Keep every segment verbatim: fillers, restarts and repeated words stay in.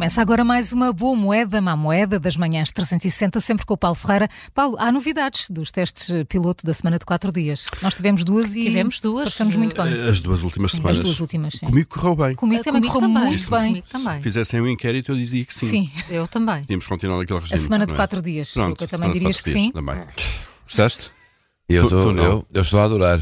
Começa agora mais uma boa moeda, má moeda das manhãs trezentos e sessenta, sempre com o Paulo Ferreira. Paulo, há novidades dos testes piloto da semana de quatro dias. Nós tivemos duas e tivemos duas. Passamos muito bem. As duas últimas sim, semanas. As duas últimas, sim. Comigo correu bem. Comigo também Comigo correu também. muito Isso, bem. Comigo também. Se fizessem um inquérito, eu dizia que sim. Sim. Eu também. Tínhamos continuado naquele regime. A semana de não é? quatro dias. Pronto, eu também dirias que sim. Também. Gostaste? Eu, Tu- estou, tu não. eu, eu estou a adorar.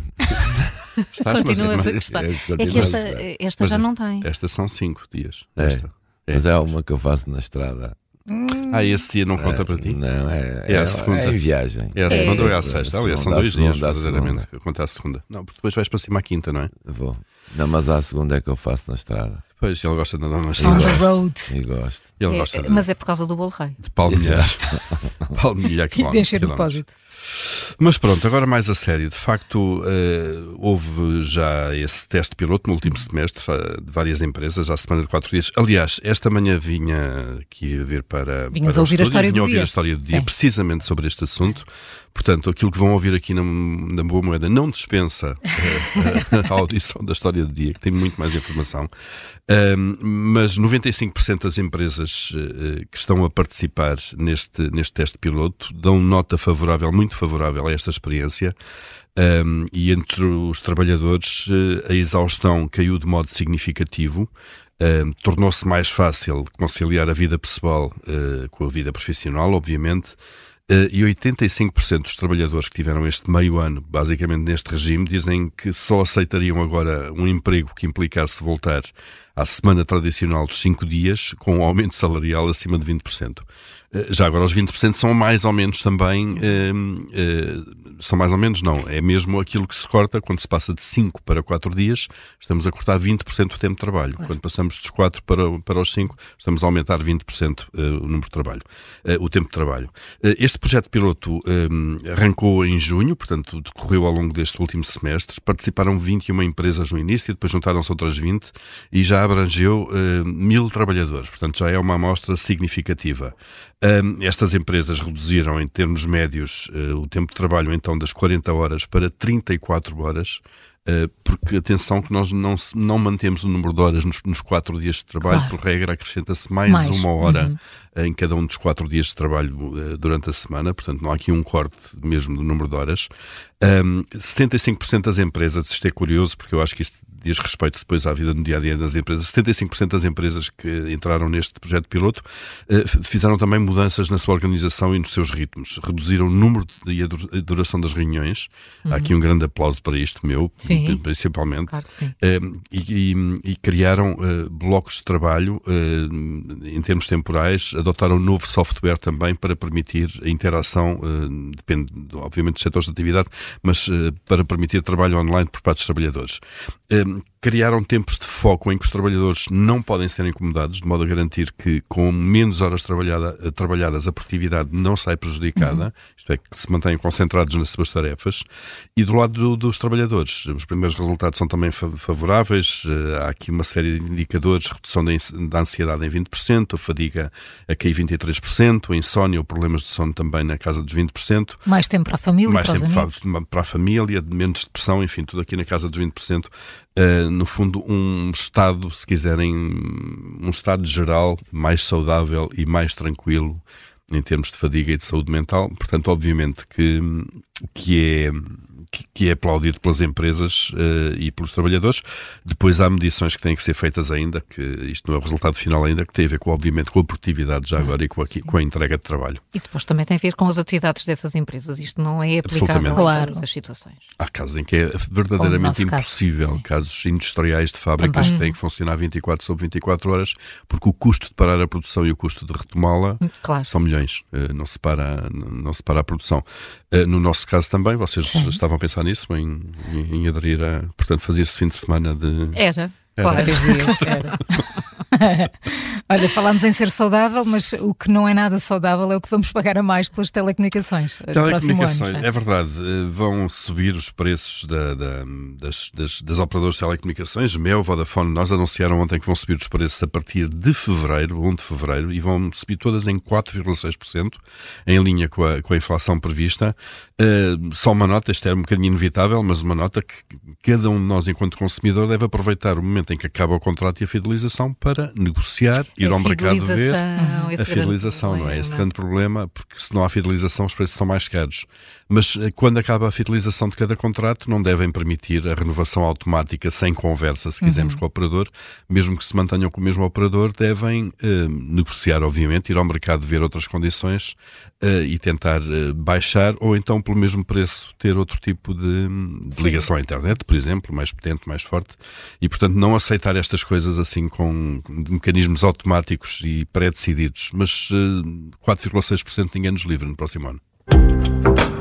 Estás, Continuas mas, a gostar. eu É que continuo a esta, gostar. esta Mas já é- não tem. Esta são cinco dias. É. Esta. É. Mas é uma que eu faço na estrada. Ah, esse dia não conta para ti? Não, é, É a segunda. é em viagem. É a segunda É. ou é a sexta? Aliás, são segunda, dois a segunda, dias, a verdadeiramente. segunda. Conta a segunda. Não, porque depois vais para cima à quinta, não é? Vou. Não, mas a segunda é que eu faço na estrada. Pois, ele gosta de andar na On estrada. the road. E gosto. Ele É, gosta de, mas é por causa do bolo rei. de palmilhar. palmilhar E de quilómetros. encher o depósito. Mas pronto, agora mais a sério. De facto, eh, houve já esse teste piloto no último semestre eh, de várias empresas, à semana de quatro dias. Aliás, esta manhã vinha aqui a vir para, Vinhas para a o ouvir a estúdio, história vinha do ouvir dia. a história do dia, Sim. precisamente sobre este assunto. Portanto, aquilo que vão ouvir aqui na, na Boa Moeda não dispensa eh, a audição da história do dia, que tem muito mais informação. Um, mas noventa e cinco por cento das empresas uh, que estão a participar neste, neste teste piloto dão nota favorável, muito favorável a esta experiência. Um, e entre os trabalhadores uh, a exaustão caiu de modo significativo. Um, tornou-se mais fácil conciliar a vida pessoal uh, com a vida profissional, obviamente. Uh, e oitenta e cinco por cento dos trabalhadores que tiveram este meio ano, basicamente neste regime, dizem que só aceitariam agora um emprego que implicasse voltar à semana tradicional dos cinco dias, com um aumento salarial acima de vinte por cento. Uh, já agora os vinte por cento são mais ou menos também, uh, uh, são mais ou menos não, é mesmo aquilo que se corta quando se passa de cinco para quatro dias, estamos a cortar vinte por cento do tempo de trabalho. Quando passamos dos quatro para, para os cinco, estamos a aumentar vinte por cento uh, o número de trabalho, uh, o tempo de trabalho. Uh, este projeto piloto um, arrancou em junho, portanto decorreu ao longo deste último semestre, participaram vinte e uma empresas no início, depois juntaram-se outras vinte e já abrangeu uh, mil trabalhadores, portanto já é uma amostra significativa. Um, estas empresas reduziram em termos médios uh, o tempo de trabalho então das quarenta horas para trinta e quatro horas, uh, porque atenção que nós não, se- não mantemos o número de horas nos, nos quatro dias de trabalho, Claro. por regra acrescenta-se mais, Mais. uma hora Uhum. em cada um dos quatro dias de trabalho uh, durante a semana, portanto não há aqui um corte mesmo do número de horas. Um, setenta e cinco por cento das empresas, isto é curioso porque eu acho que isto diz respeito depois à vida no dia-a-dia das empresas, setenta e cinco por cento das empresas que entraram neste projeto piloto uh, fizeram também mudanças na sua organização e nos seus ritmos, reduziram o número e a dur- a duração das reuniões. Há aqui um grande aplauso para isto meu, Sim. principalmente. Claro que sim. Uh, e, e- e criaram uh, blocos de trabalho uh, em termos temporais, adotaram um novo software também para permitir a interação, uh, depende obviamente dos setores de atividade, mas uh, para permitir trabalho online por parte dos trabalhadores. Um, criaram tempos de foco em que os trabalhadores não podem ser incomodados, de modo a garantir que com menos horas trabalhada, trabalhadas a produtividade não sai prejudicada, uhum. isto é, que se mantenham concentrados nas suas tarefas. E do lado do, dos trabalhadores, os primeiros resultados são também favoráveis. Há aqui uma série de indicadores: redução da ansiedade em vinte por cento, a fadiga a cair vinte e três por cento, a insónia ou problemas de sono também na casa dos vinte por cento. Mais tempo para a família, Mais para os tempo amigos. para, para a família, menos depressão, enfim, tudo aqui na casa dos vinte por cento. Uh, no fundo, um estado, se quiserem, um estado geral mais saudável e mais tranquilo em termos de fadiga e de saúde mental. Portanto, obviamente que, que, é, que, que é aplaudido pelas empresas uh, e pelos trabalhadores. Depois há medições que têm que ser feitas ainda, que isto não é o resultado final ainda, que tem a ver, com, obviamente, com a produtividade já agora e com a, com a entrega de trabalho. E depois também tem a ver com as atividades dessas empresas. Isto não é aplicável em Claro. todas as situações. Há casos em que é Como no verdadeiramente nosso caso. impossível, Sim. casos industriais de fábricas Também. que têm que funcionar vinte e quatro sobre vinte e quatro horas, porque o custo de parar a produção e o custo de retomá-la Claro. são milhões, eh, não se para, não se para a produção. Eh, No nosso caso também, vocês Sim. estavam a pensar nisso, em, em, em aderir a, portanto, fazer esse fim de semana de... Era, Era. claro. Vários dias, era. Olha, falámos em ser saudável, mas o que não é nada saudável é o que vamos pagar a mais pelas telecomunicações no próximo ano. Telecomunicações, é verdade, eh, vão subir os preços da, da, das, das, das operadoras de telecomunicações. Mel, Vodafone, nós anunciaram ontem que vão subir os preços a partir de fevereiro, primeiro de fevereiro, e vão subir todas em quatro vírgula seis por cento, em linha com a, com a inflação prevista. Uh, só uma nota, isto é um bocadinho inevitável, mas uma nota que cada um de nós, enquanto consumidor, deve aproveitar o momento em que acaba o contrato e a fidelização para negociar, ir a ao mercado ver fidelização, esse a fidelização, grande não é? Esse problema. grande problema, porque se não há fidelização os preços são mais caros. Mas eh, quando acaba a fidelização de cada contrato, não devem permitir a renovação automática sem conversa, se quisermos, Uhum. com o operador. Mesmo que se mantenham com o mesmo operador, devem eh, negociar, obviamente, ir ao mercado ver outras condições eh, e tentar eh, baixar, ou então pelo mesmo preço ter outro tipo de, de ligação à internet, por exemplo, mais potente, mais forte, e portanto não aceitar estas coisas assim com mecanismos automáticos e pré-decididos, mas eh, quatro vírgula seis por cento ninguém nos livra no próximo ano.